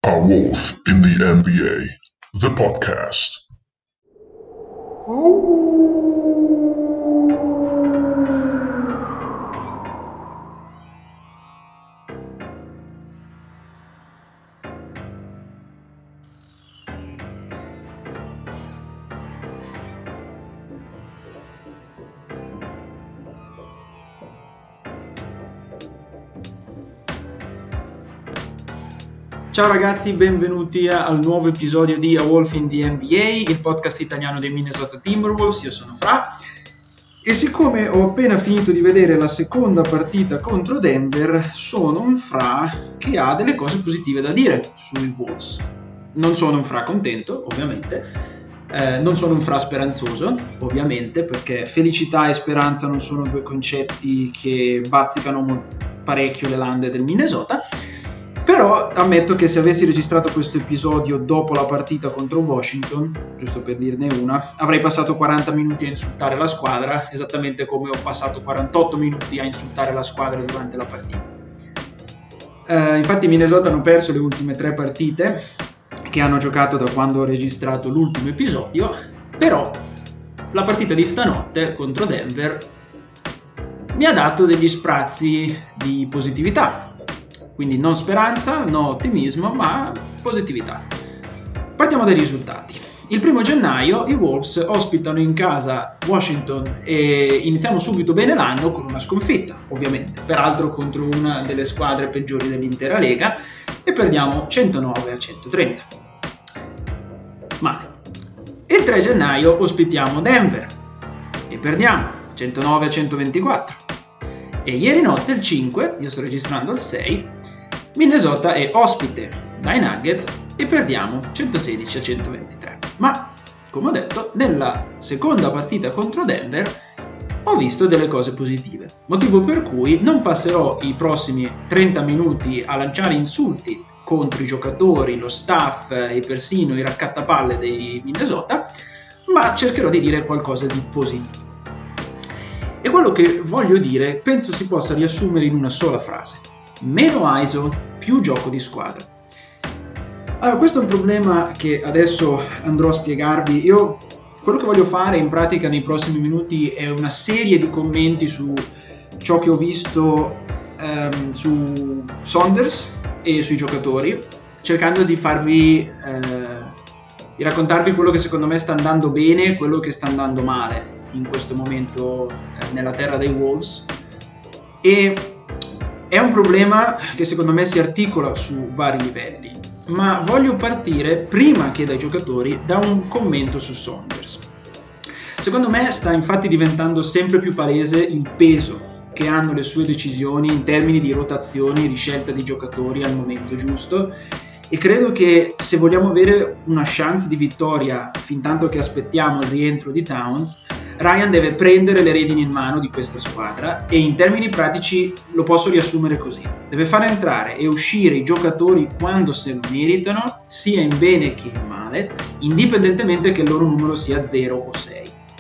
A Wolf in the NBA, the podcast. Ciao ragazzi, benvenuti al nuovo episodio di A Wolf in the NBA, il podcast italiano dei Minnesota Timberwolves. Io sono Fra e siccome ho appena finito di vedere la seconda partita contro Denver, sono un Fra che ha delle cose positive da dire sui Wolves. Non sono un Fra contento, ovviamente, non sono un Fra speranzoso, ovviamente, perché felicità e speranza non sono due concetti che bazzicano parecchio le lande del Minnesota. Però ammetto che se avessi registrato questo episodio dopo la partita contro Washington, giusto per dirne una, avrei passato 40 minuti a insultare la squadra, esattamente come ho passato 48 minuti a insultare la squadra durante la partita. Infatti Minnesota hanno perso le ultime 3 partite che hanno giocato da quando ho registrato l'ultimo episodio, però la partita di stanotte contro Denver mi ha dato degli sprazzi di positività. Quindi non speranza, no ottimismo, ma positività. Partiamo dai risultati. Il 1 gennaio i Wolves ospitano in casa Washington e iniziamo subito bene l'anno con una sconfitta, ovviamente, peraltro contro una delle squadre peggiori dell'intera Lega, e perdiamo 109-130. Male. Il 3 gennaio ospitiamo Denver e perdiamo 109-124. E ieri notte, il 5, io sto registrando il 6, Minnesota è ospite dai Nuggets e perdiamo 116-123. Ma, come ho detto, nella seconda partita contro Denver ho visto delle cose positive. Motivo per cui non passerò i prossimi 30 minuti a lanciare insulti contro i giocatori, lo staff e persino i raccattapalle dei Minnesota, ma cercherò di dire qualcosa di positivo. E quello che voglio dire penso si possa riassumere in una sola frase: meno ISO, più gioco di squadra. Allora, questo è un problema che adesso andrò a spiegarvi. Quello che voglio fare in pratica nei prossimi minuti è una serie di commenti su ciò che ho visto su Saunders e sui giocatori, cercando di di raccontarvi quello che secondo me sta andando bene e quello che sta andando male in questo momento nella terra dei Wolves. E è un problema che secondo me si articola su vari livelli, ma voglio partire, prima che dai giocatori, da un commento su Saunders. Secondo me sta infatti diventando sempre più palese il peso che hanno le sue decisioni in termini di rotazioni e di scelta di giocatori al momento giusto, e credo che se vogliamo avere una chance di vittoria fin tanto che aspettiamo il rientro di Towns, Ryan deve prendere le redini in mano di questa squadra, e in termini pratici lo posso riassumere così: deve far entrare e uscire i giocatori quando se lo meritano, sia in bene che in male, indipendentemente che il loro numero sia 0 o 6.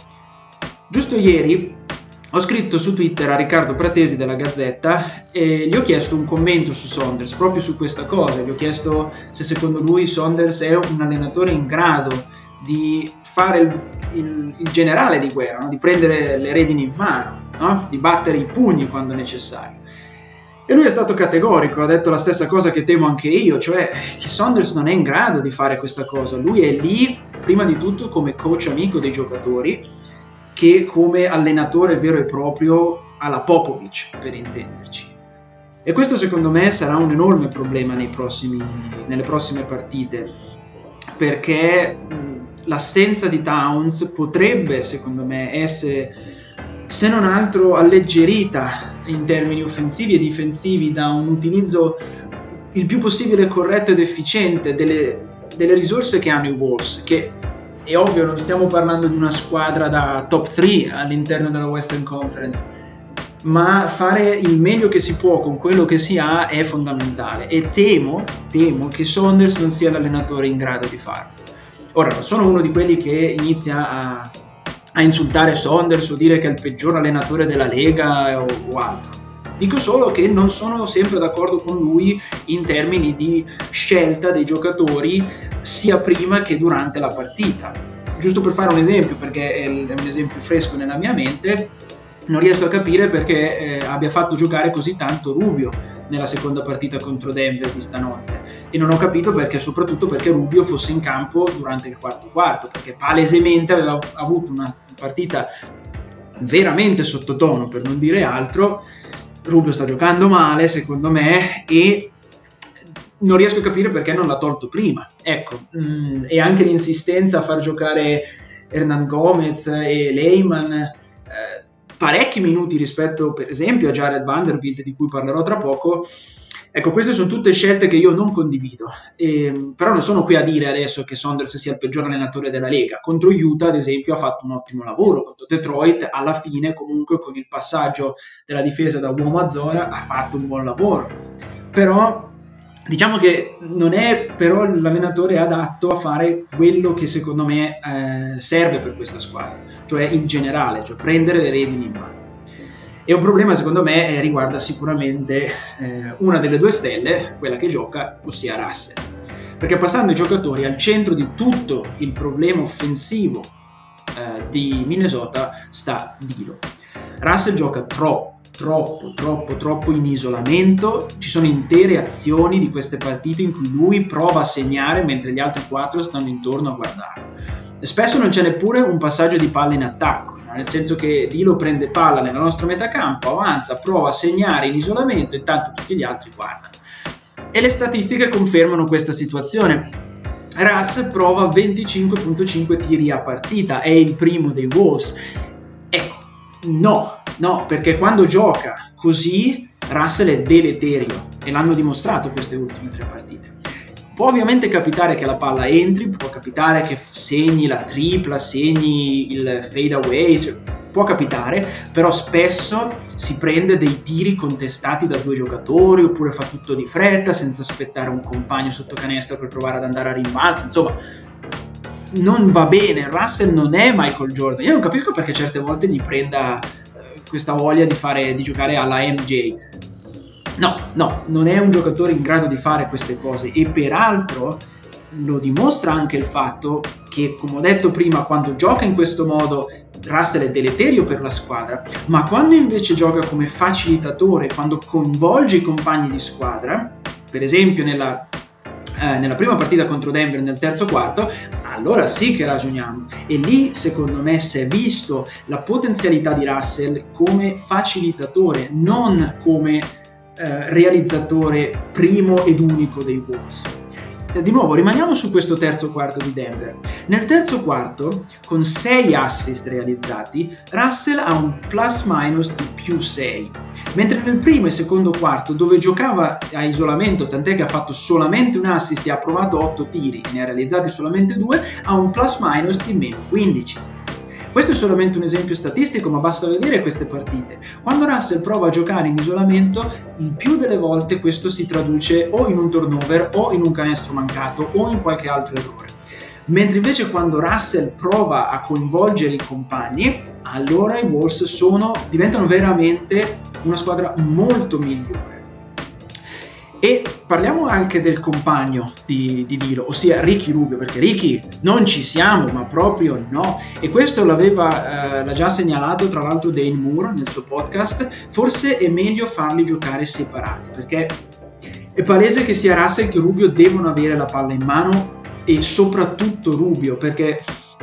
Giusto ieri ho scritto su Twitter a Riccardo Pratesi della Gazzetta e gli ho chiesto un commento su Saunders proprio su questa cosa. Gli ho chiesto se secondo lui Saunders è un allenatore in grado di fare il generale di guerra, no? Di prendere le redini in mano, no? Di battere i pugni quando necessario. E lui è stato categorico, ha detto la stessa cosa che temo anche io, cioè che Saunders non è in grado di fare questa cosa. Lui è lì prima di tutto come coach amico dei giocatori, che come allenatore vero e proprio alla Popovic, per intenderci. E questo secondo me sarà un enorme problema nelle prossime partite, perché l'assenza di Towns potrebbe, secondo me, essere, se non altro, alleggerita in termini offensivi e difensivi da un utilizzo il più possibile corretto ed efficiente delle risorse che hanno i Wolves, che è ovvio, non stiamo parlando di una squadra da top 3 all'interno della Western Conference, ma fare il meglio che si può con quello che si ha è fondamentale, e temo che Saunders non sia l'allenatore in grado di farlo. Ora, non sono uno di quelli che inizia a insultare Saunders o dire che è il peggior allenatore della Lega o altro, Dico solo che non sono sempre d'accordo con lui in termini di scelta dei giocatori sia prima che durante la partita. Giusto per fare un esempio, perché è un esempio fresco nella mia mente, non riesco a capire perché abbia fatto giocare così tanto Rubio nella seconda partita contro Denver di stanotte, e non ho capito perché, soprattutto perché Rubio fosse in campo durante il quarto quarto, perché palesemente aveva avuto una partita veramente sottotono, per non dire altro. Rubio sta giocando male secondo me e non riesco a capire perché non l'ha tolto prima, ecco. E anche l'insistenza a far giocare Hernan Gomez e Lehman parecchi minuti rispetto per esempio a Jared Vanderbilt, di cui parlerò tra poco. Ecco, queste sono tutte scelte che io non condivido, però non sono qui a dire adesso che Saunders sia il peggior allenatore della Lega. Contro Utah, ad esempio, ha fatto un ottimo lavoro, contro Detroit alla fine comunque con il passaggio della difesa da uomo a zona ha fatto un buon lavoro, però diciamo che non è però l'allenatore adatto a fare quello che secondo me serve per questa squadra, cioè il generale, cioè prendere le redini in mano. E un problema secondo me riguarda sicuramente una delle due stelle, quella che gioca, ossia Russell, perché passando i giocatori al centro di tutto il problema offensivo di Minnesota sta D'Lo. Russell gioca troppo in isolamento. Ci sono intere azioni di queste partite in cui lui prova a segnare mentre gli altri 4 stanno intorno a guardarlo. E spesso non c'è neppure un passaggio di palla in attacco, nel senso che D'Lo prende palla nella nostra metacampo, avanza, prova a segnare in isolamento, intanto tutti gli altri guardano. E le statistiche confermano questa situazione. Russ prova 25.5 tiri a partita, è il primo dei Wolves. Ecco, no, perché quando gioca così Russell è deleterio, e l'hanno dimostrato queste ultime 3 partite. Può ovviamente capitare che la palla entri, può capitare che segni la tripla, segni il fade away, può capitare, però spesso si prende dei tiri contestati da 2 giocatori, oppure fa tutto di fretta senza aspettare un compagno sotto canestro per provare ad andare a rimbalzo. Insomma, non va bene. Russell non è Michael Jordan. Io non capisco perché certe volte gli prenda questa voglia di giocare alla MJ. No, non è un giocatore in grado di fare queste cose, e peraltro lo dimostra anche il fatto che, come ho detto prima, quando gioca in questo modo Russell è deleterio per la squadra, ma quando invece gioca come facilitatore, quando coinvolge i compagni di squadra, per esempio nella prima partita contro Denver nel terzo quarto, allora sì che ragioniamo. E lì secondo me si è visto la potenzialità di Russell come facilitatore, non come realizzatore primo ed unico dei Wolves. Di nuovo rimaniamo su questo terzo quarto di Denver. Nel terzo quarto, con 6 assist realizzati, Russell ha un plus minus di più 6, mentre nel primo e secondo quarto, dove giocava a isolamento, tant'è che ha fatto solamente un assist e ha provato 8 tiri e ne ha realizzati solamente 2, ha un plus minus di meno 15. Questo è solamente un esempio statistico, ma basta vedere queste partite. Quando Russell prova a giocare in isolamento, il più delle volte questo si traduce o in un turnover, o in un canestro mancato, o in qualche altro errore. Mentre invece quando Russell prova a coinvolgere i compagni, allora i Wolves diventano veramente una squadra molto migliore. E parliamo anche del compagno di D'Lo, ossia Ricky Rubio, perché Ricky non ci siamo, ma proprio no. E questo l'ha già segnalato tra l'altro Dane Moore nel suo podcast. Forse è meglio farli giocare separati, perché è palese che sia Russell che Rubio devono avere la palla in mano, e soprattutto Rubio, perché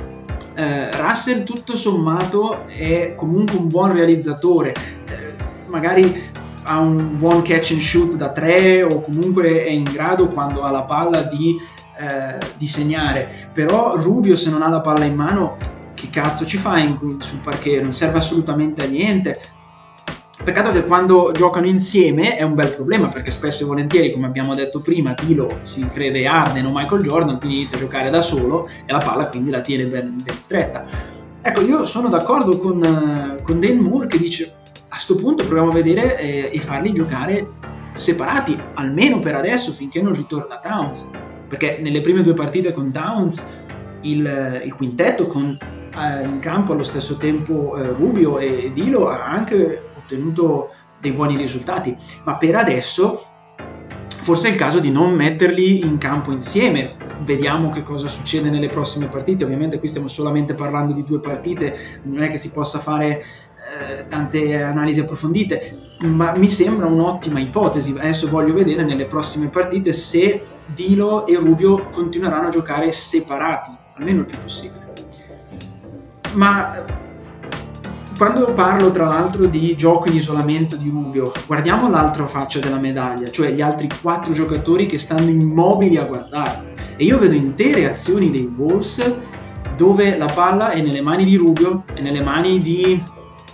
Russell tutto sommato è comunque un buon realizzatore, magari ha un buon catch and shoot da 3, o comunque è in grado, quando ha la palla, di segnare. Però Rubio, se non ha la palla in mano, che cazzo ci fa sul parquet? Non serve assolutamente a niente. Peccato che quando giocano insieme è un bel problema, perché spesso e volentieri, come abbiamo detto prima, D'Lo si crede Harden o Michael Jordan, quindi inizia a giocare da solo e la palla quindi la tiene ben stretta. Ecco, io sono d'accordo con Dan Moore, che dice: a sto punto proviamo a vedere e farli giocare separati, almeno per adesso, finché non ritorna Towns, perché nelle prime 2 partite con Towns il quintetto con in campo allo stesso tempo Rubio e D'Lo ha anche ottenuto dei buoni risultati, ma per adesso forse è il caso di non metterli in campo insieme. Vediamo che cosa succede nelle prossime partite. Ovviamente qui stiamo solamente parlando di 2 partite, non è che si possa fare tante analisi approfondite, ma mi sembra un'ottima ipotesi. Adesso voglio vedere nelle prossime partite se D'Lo e Rubio continueranno a giocare separati, almeno il più possibile. Ma quando parlo tra l'altro di gioco in isolamento di Rubio, guardiamo l'altra faccia della medaglia, cioè gli altri 4 giocatori che stanno immobili a guardarlo. E io vedo intere azioni dei Wolves dove la palla è nelle mani di Rubio, è nelle mani di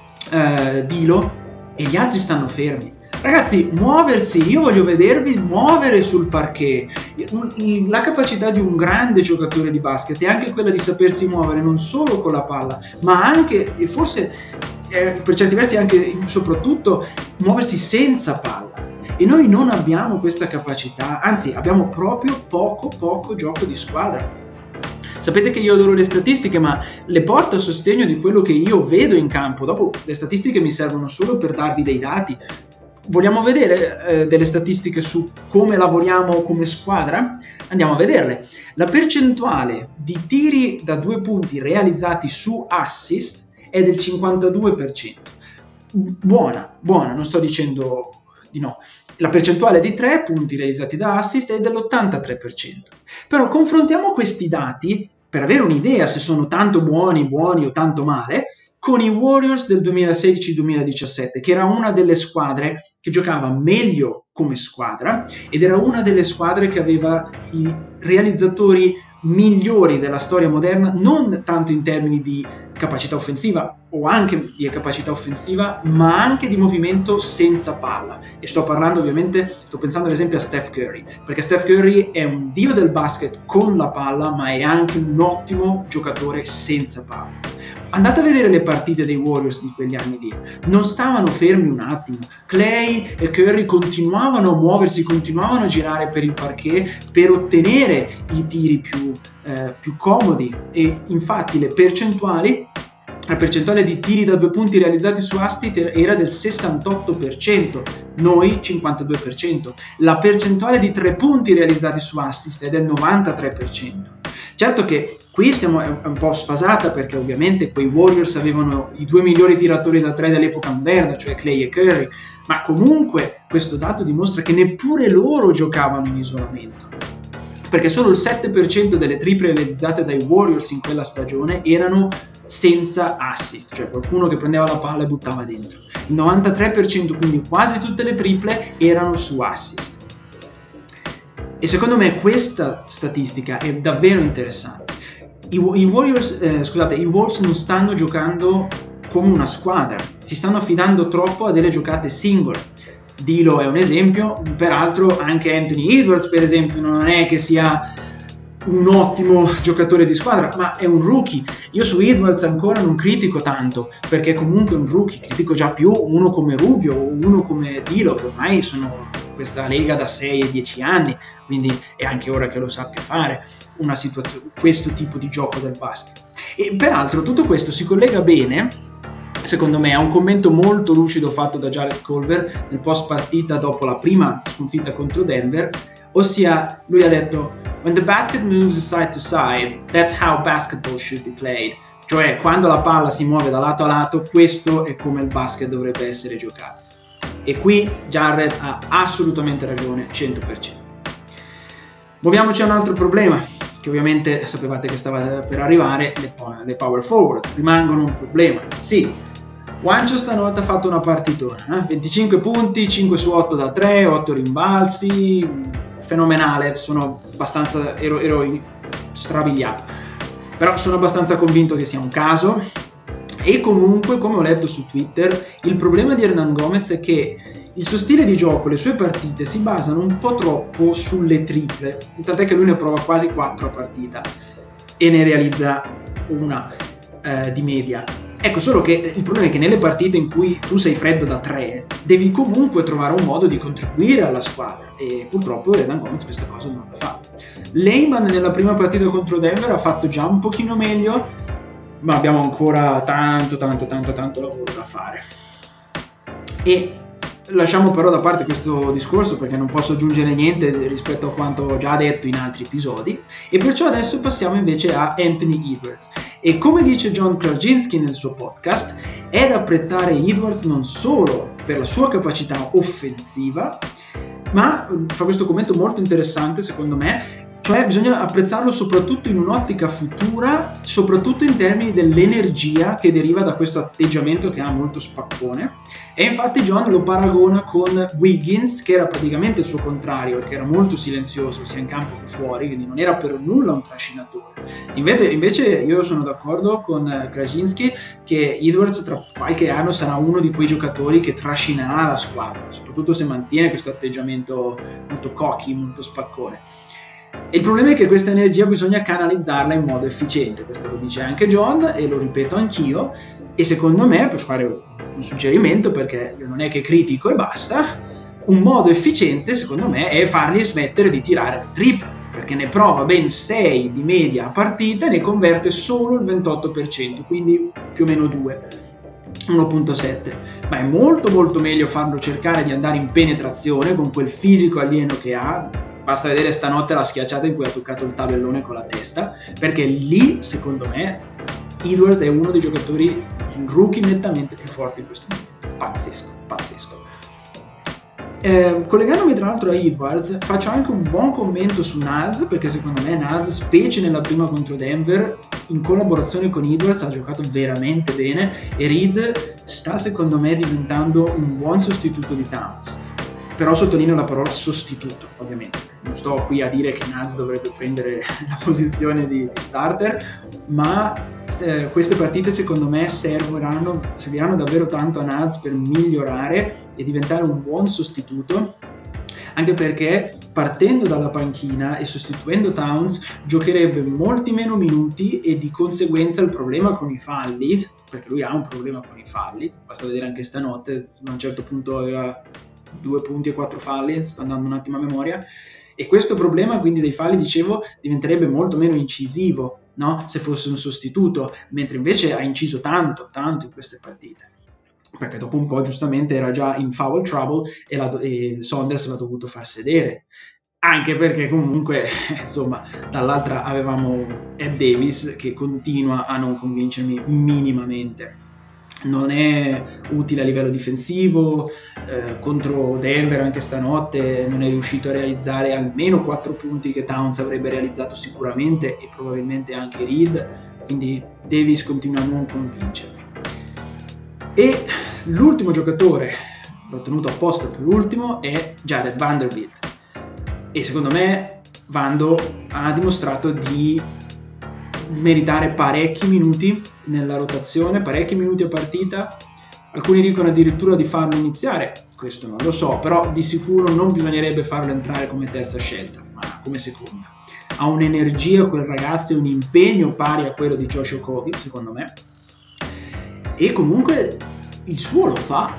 D'Lo, e gli altri stanno fermi. Ragazzi, muoversi, io voglio vedervi muovere sul parquet. La capacità di un grande giocatore di basket è anche quella di sapersi muovere non solo con la palla, ma anche, e forse per certi versi anche soprattutto, muoversi senza palla. E noi non abbiamo questa capacità, anzi abbiamo proprio poco gioco di squadra. Sapete che io adoro le statistiche, ma le porto a sostegno di quello che io vedo in campo. Dopo le statistiche mi servono solo per darvi dei dati. Vogliamo vedere delle statistiche su come lavoriamo come squadra? Andiamo a vederle. La percentuale di tiri da 2 punti realizzati su assist è del 52%. Buona, non sto dicendo di no. La percentuale di 3 punti realizzati da assist è dell'83%. Però confrontiamo questi dati per avere un'idea se sono tanto buoni o tanto male con i Warriors del 2016-2017, che era una delle squadre che giocava meglio come squadra ed era una delle squadre che aveva i realizzatori migliori della storia moderna, non tanto in termini di capacità offensiva o anche di capacità offensiva, ma anche di movimento senza palla. E sto pensando ad esempio a Steph Curry, perché Steph Curry è un dio del basket con la palla, ma è anche un ottimo giocatore senza palla. Andate a vedere le partite dei Warriors di quegli anni lì, non stavano fermi un attimo. Clay e Curry continuavano a muoversi, continuavano a girare per il parquet per ottenere i tiri più comodi, e infatti la percentuale di tiri da 2 punti realizzati su assist era del 68%, noi 52%. La percentuale di 3 punti realizzati su assist è del 93%. Certo che qui è un po' sfasata, perché ovviamente quei Warriors avevano i 2 migliori tiratori da 3 dell'epoca moderna, cioè Clay e Curry, ma comunque questo dato dimostra che neppure loro giocavano in isolamento, perché solo il 7% delle triple realizzate dai Warriors in quella stagione erano senza assist, cioè qualcuno che prendeva la palla e buttava dentro. Il 93%, quindi quasi tutte le triple, erano su assist. E secondo me questa statistica è davvero interessante. I Wolves non stanno giocando come una squadra, si stanno affidando troppo a delle giocate singole. D'Lo è un esempio, peraltro anche Anthony Edwards, per esempio, non è che sia un ottimo giocatore di squadra, ma è un rookie. Io su Edwards ancora non critico tanto, perché comunque è un rookie, critico già più uno come Rubio o uno come D'Lo, che ormai sono in questa lega da 6 e 10 anni, quindi è anche ora che lo sappia fare questo tipo di gioco del basket. E peraltro tutto questo si collega bene, secondo me, a un commento molto lucido fatto da Jarrett Culver nel post partita dopo la prima sconfitta contro Denver, ossia lui ha detto: "When the basket moves side to side, that's how basketball should be played." Cioè, quando la palla si muove da lato a lato, questo è come il basket dovrebbe essere giocato. E qui Jarrett ha assolutamente ragione, 100%. Muoviamoci a un altro problema, che ovviamente sapevate che stava per arrivare. Le power forward rimangono un problema. Sì, Juancho stanotte ha fatto una partitona, 25 punti, 5 su 8 da 3, 8 rimbalzi, fenomenale. Ero strabiliato, però sono abbastanza convinto che sia un caso. E comunque, come ho letto su Twitter, il problema di Hernan Gomez è che il suo stile di gioco, le sue partite si basano un po' troppo sulle triple, tant'è che lui ne prova quasi 4 a partita e ne realizza una di media. Ecco, solo che il problema è che nelle partite in cui tu sei freddo da 3 devi comunque trovare un modo di contribuire alla squadra, e purtroppo Hernan Gomez questa cosa non la fa. Lehman nella prima partita contro Denver ha fatto già un pochino meglio, ma abbiamo ancora tanto lavoro da fare. E lasciamo però da parte questo discorso perché non posso aggiungere niente rispetto a quanto ho già detto in altri episodi, e perciò adesso passiamo invece a Anthony Edwards. E come dice John Krasinski nel suo podcast, è da apprezzare Edwards non solo per la sua capacità offensiva, ma fa questo commento molto interessante secondo me, cioè bisogna apprezzarlo soprattutto in un'ottica futura, soprattutto in termini dell'energia che deriva da questo atteggiamento che ha molto spaccone. E infatti John lo paragona con Wiggins, che era praticamente il suo contrario, perché era molto silenzioso sia in campo che fuori, quindi non era per nulla un trascinatore. Invece io sono d'accordo con Krasinski che Edwards tra qualche anno sarà uno di quei giocatori che trascinerà la squadra, soprattutto se mantiene questo atteggiamento molto cocky, molto spaccone. E il problema è che questa energia bisogna canalizzarla in modo efficiente, questo lo dice anche John e lo ripeto anch'io, e secondo me, per fare un suggerimento, perché io non è che critico e basta, un modo efficiente secondo me è fargli smettere di tirare le triple, perché ne prova ben 6 di media a partita e ne converte solo il 28%, quindi più o meno 2, 1.7. Ma è molto molto meglio farlo cercare di andare in penetrazione con quel fisico alieno che ha. Basta vedere stanotte la schiacciata in cui ha toccato il tabellone con la testa, perché lì, secondo me, Edwards è uno dei giocatori, il rookie nettamente più forti in questo momento. Pazzesco. Collegandomi tra l'altro a Edwards, faccio anche un buon commento su Naz, perché secondo me Naz, specie nella prima contro Denver, in collaborazione con Edwards ha giocato veramente bene, e Reed sta secondo me diventando un buon sostituto di Towns. Però sottolineo la parola sostituto, ovviamente. Non sto qui a dire che Naz dovrebbe prendere la posizione di starter, ma queste partite secondo me serviranno davvero tanto a Naz per migliorare e diventare un buon sostituto, anche perché partendo dalla panchina e sostituendo Towns giocherebbe molti meno minuti e di conseguenza il problema con i falli, perché lui ha un problema con i falli, basta vedere anche stanotte, a un certo punto aveva 2 punti e 4 falli, sto andando un attimo a memoria, e questo problema quindi dei falli, dicevo, diventerebbe molto meno incisivo, no? Se fosse un sostituto, mentre invece ha inciso tanto in queste partite, perché dopo un po' giustamente era già in foul trouble e Saunders l'ha dovuto far sedere, anche perché comunque insomma dall'altra avevamo Ed Davis che continua a non convincermi minimamente. Non è utile a livello difensivo, contro Denver anche stanotte non è riuscito a realizzare almeno 4 punti che Towns avrebbe realizzato sicuramente, e probabilmente anche Reed, quindi Davis continua a non convincermi. E l'ultimo giocatore, l'ho tenuto apposta per ultimo, è Jared Vanderbilt, e secondo me Vando ha dimostrato di meritare parecchi minuti nella rotazione, parecchi minuti a partita. Alcuni dicono addirittura di farlo iniziare, questo non lo so, però di sicuro non bisognerebbe farlo entrare come terza scelta, ma come seconda. Ha un'energia quel ragazzo e un impegno pari a quello di Josh Okogie, secondo me, e comunque il suo lo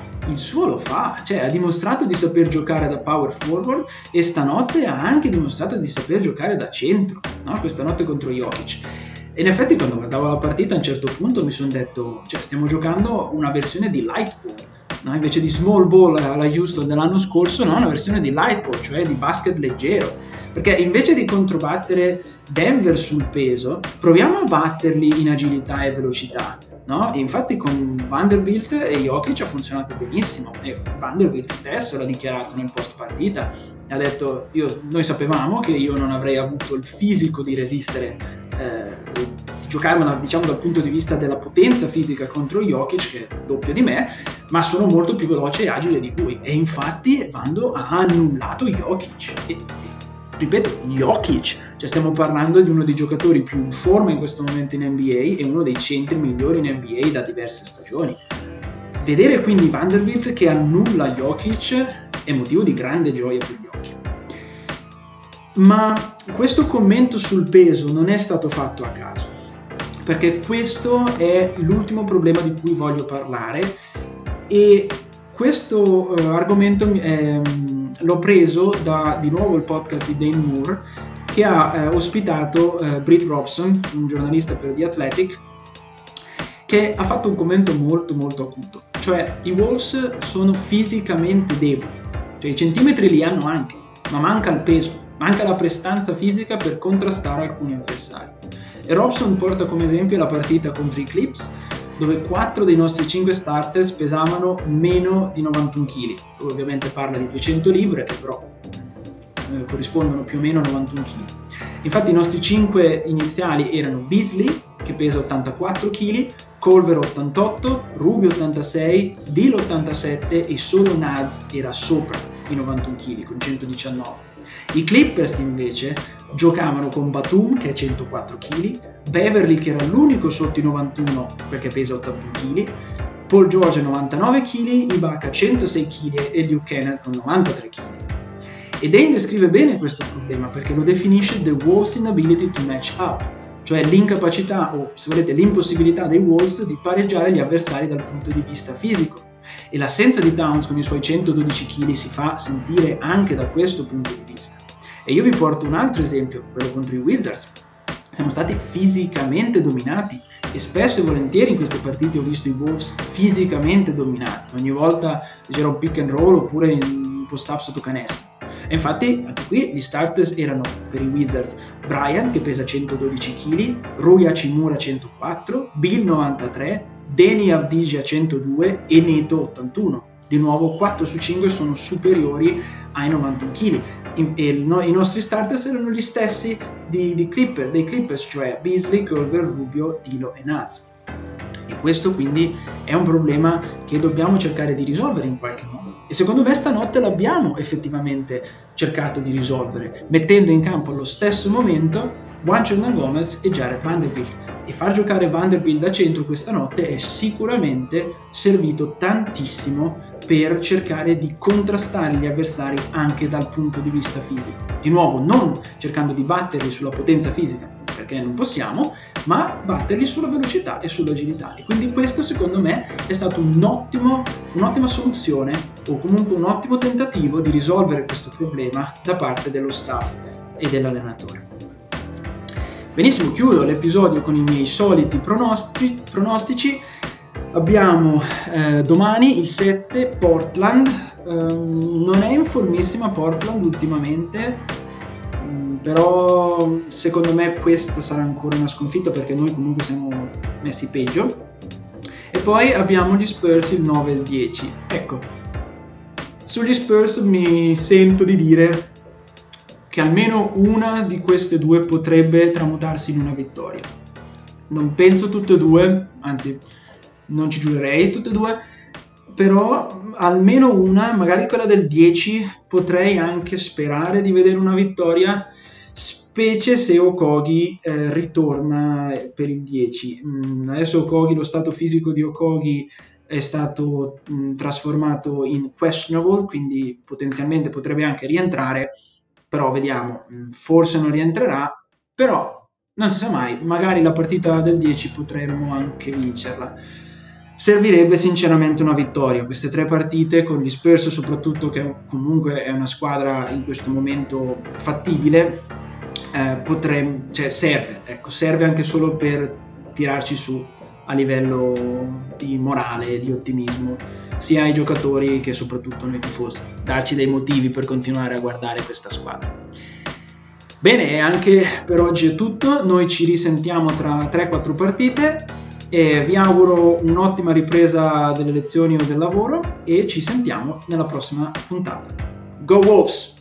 fa, cioè ha dimostrato di saper giocare da power forward, e stanotte ha anche dimostrato di saper giocare da centro, no? Questa notte contro Jokic. E in effetti quando guardavo la partita a un certo punto mi sono detto, cioè stiamo giocando una versione di light ball, no? Invece di small ball alla Houston dell'anno scorso, no? Una versione di light ball, cioè di basket leggero, perché invece di controbattere Denver sul peso, proviamo a batterli in agilità e velocità, no? E infatti con Vanderbilt e Jokic ha funzionato benissimo, e Vanderbilt stesso l'ha dichiarato nel post partita, ha detto noi sapevamo che io non avrei avuto il fisico di resistere, di giocarmela diciamo dal punto di vista della potenza fisica contro Jokic, che è doppio di me, ma sono molto più veloce e agile di lui, e infatti Vando ha annullato Jokic. E ripeto, Jokic, cioè stiamo parlando di uno dei giocatori più in forma in questo momento in NBA e uno dei centri migliori in NBA da diverse stagioni. Vedere quindi Vanderbilt che annulla Jokic è motivo di grande gioia per gli occhi. Ma questo commento sul peso non è stato fatto a caso, perché questo è l'ultimo problema di cui voglio parlare, e questo argomento l'ho preso da di nuovo il podcast di Dane Moore, che ha ospitato Britt Robson, un giornalista per The Athletic, che ha fatto un commento molto molto acuto, cioè i Wolves sono fisicamente deboli, cioè i centimetri li hanno anche, ma manca il peso, manca la prestanza fisica per contrastare alcuni avversari. E Robson porta come esempio la partita contro i Clips, dove 4 dei nostri 5 starters pesavano meno di 91 kg. Ovviamente parla di 200 libbre, che però corrispondono più o meno a 91 kg. Infatti i nostri 5 iniziali erano Beasley, che pesa 84 kg, Culver 88, Rubio 86, Deal 87 e solo Naz era sopra i 91 kg con 119. I Clippers invece giocavano con Batum, che è 104 kg, Beverly, che era l'unico sotto i 91 perché pesa 81 kg, Paul George 99 kg, Ibaka 106 kg e Luke Kenneth con 93 kg. E Dane descrive bene questo problema perché lo definisce the Wolves' inability to match up, cioè l'incapacità o, se volete, l'impossibilità dei Wolves di pareggiare gli avversari dal punto di vista fisico. E l'assenza di Towns con i suoi 112 kg si fa sentire anche da questo punto di vista. E io vi porto un altro esempio, quello contro i Wizards. Siamo stati fisicamente dominati e spesso e volentieri in queste partite ho visto i Wolves fisicamente dominati. Ogni volta c'era un pick and roll oppure un post-up sotto canestro. E infatti anche qui gli starters erano per i Wizards Bryant, che pesa 112 kg, Rui Hachimura 104, Bill 93, Deni Avdija 102 e Neto 81. Di nuovo 4 su 5 sono superiori ai 91 kg e i nostri starters erano gli stessi dei Clippers, cioè Beasley, Culver, Rubio, Dilo e Naz. E questo quindi è un problema che dobbiamo cercare di risolvere in qualche modo. E secondo me stanotte l'abbiamo effettivamente cercato di risolvere, mettendo in campo allo stesso momento Juancho Hernangomez e Jared Vanderbilt. E far giocare Vanderbilt da centro questa notte è sicuramente servito tantissimo per cercare di contrastare gli avversari anche dal punto di vista fisico. Di nuovo, non cercando di batterli sulla potenza fisica, perché non possiamo, ma batterli sulla velocità e sull'agilità. E quindi questo secondo me è stato un'ottima soluzione o comunque un ottimo tentativo di risolvere questo problema da parte dello staff e dell'allenatore. Benissimo, chiudo l'episodio con i miei soliti pronostici. Abbiamo domani il 7 Portland, non è in formissima Portland ultimamente, però secondo me questa sarà ancora una sconfitta perché noi comunque siamo messi peggio. E poi abbiamo gli Spurs il 9 e il 10. Ecco, sugli Spurs mi sento di dire che almeno una di queste due potrebbe tramutarsi in una vittoria. Non penso tutte e due, anzi non ci giurerei tutte e due, però almeno una, magari quella del 10, potrei anche sperare di vedere una vittoria, specie se Okogie ritorna per il 10. Adesso Okogie, lo stato fisico di Okogie è stato trasformato in questionable, quindi potenzialmente potrebbe anche rientrare, però vediamo, forse non rientrerà, però non si sa mai, magari la partita del 10 potremmo anche vincerla. Servirebbe sinceramente una vittoria, queste 3 partite con gli Spurs soprattutto, che comunque è una squadra in questo momento fattibile, serve anche solo per tirarci su a livello di morale, di ottimismo, sia ai giocatori che soprattutto noi tifosi, darci dei motivi per continuare a guardare questa squadra. Bene, anche per oggi è tutto, noi ci risentiamo tra 3-4 partite e vi auguro un'ottima ripresa delle lezioni o del lavoro e ci sentiamo nella prossima puntata. Go Wolves!